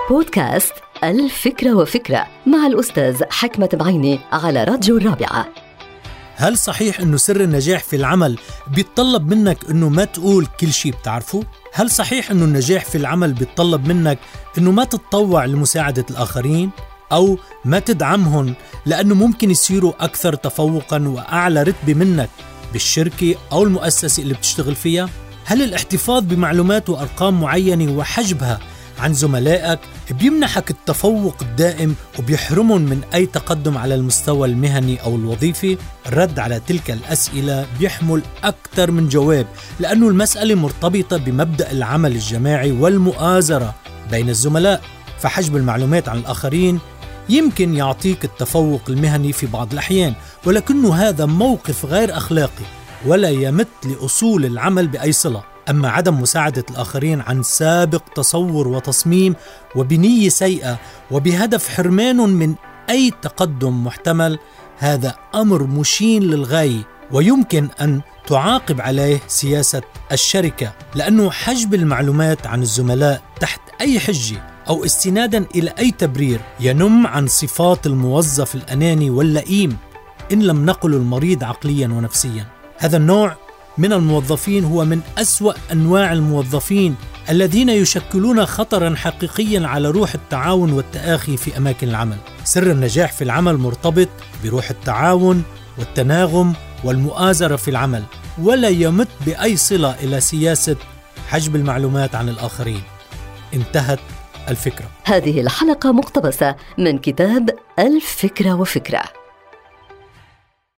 بودكاست الفكرة وفكرة مع الأستاذ حكمة بعيني على راديو الرابعة. هل صحيح أنه سر النجاح في العمل بيتطلب منك أنه ما تقول كل شيء بتعرفه؟ هل صحيح أنه النجاح في العمل بيتطلب منك أنه ما تتطوع لمساعدة الآخرين أو ما تدعمهم لأنه ممكن يصيروا أكثر تفوقاً وأعلى رتبة منك بالشركة أو المؤسسة اللي بتشتغل فيها؟ هل الاحتفاظ بمعلومات وأرقام معينة وحجبها عن زملائك بيمنحك التفوق الدائم وبيحرمهم من أي تقدم على المستوى المهني أو الوظيفي؟ الرد على تلك الأسئلة بيحمل أكثر من جواب، لأنه المسألة مرتبطة بمبدأ العمل الجماعي والمؤازرة بين الزملاء. فحجب المعلومات عن الآخرين يمكن يعطيك التفوق المهني في بعض الأحيان، ولكنه هذا موقف غير أخلاقي ولا يمت لأصول العمل بأي صلة. أما عدم مساعدة الآخرين عن سابق تصور وتصميم وبنية سيئة وبهدف حرمانهم من أي تقدم محتمل، هذا أمر مشين للغاية ويمكن أن تعاقب عليه سياسة الشركة، لأنه حجب المعلومات عن الزملاء تحت أي حجة أو استنادا إلى أي تبرير ينم عن صفات الموظف الأناني واللئيم، إن لم نقل المريض عقليا ونفسيا. هذا النوع من الموظفين هو من أسوأ أنواع الموظفين الذين يشكلون خطرا حقيقيا على روح التعاون والتآخي في أماكن العمل. سر النجاح في العمل مرتبط بروح التعاون والتناغم والمؤازرة في العمل، ولا يمت بأي صلة إلى سياسة حجب المعلومات عن الآخرين. انتهت الفكرة. هذه الحلقة مقتبسة من كتاب الفكرة وفكرة.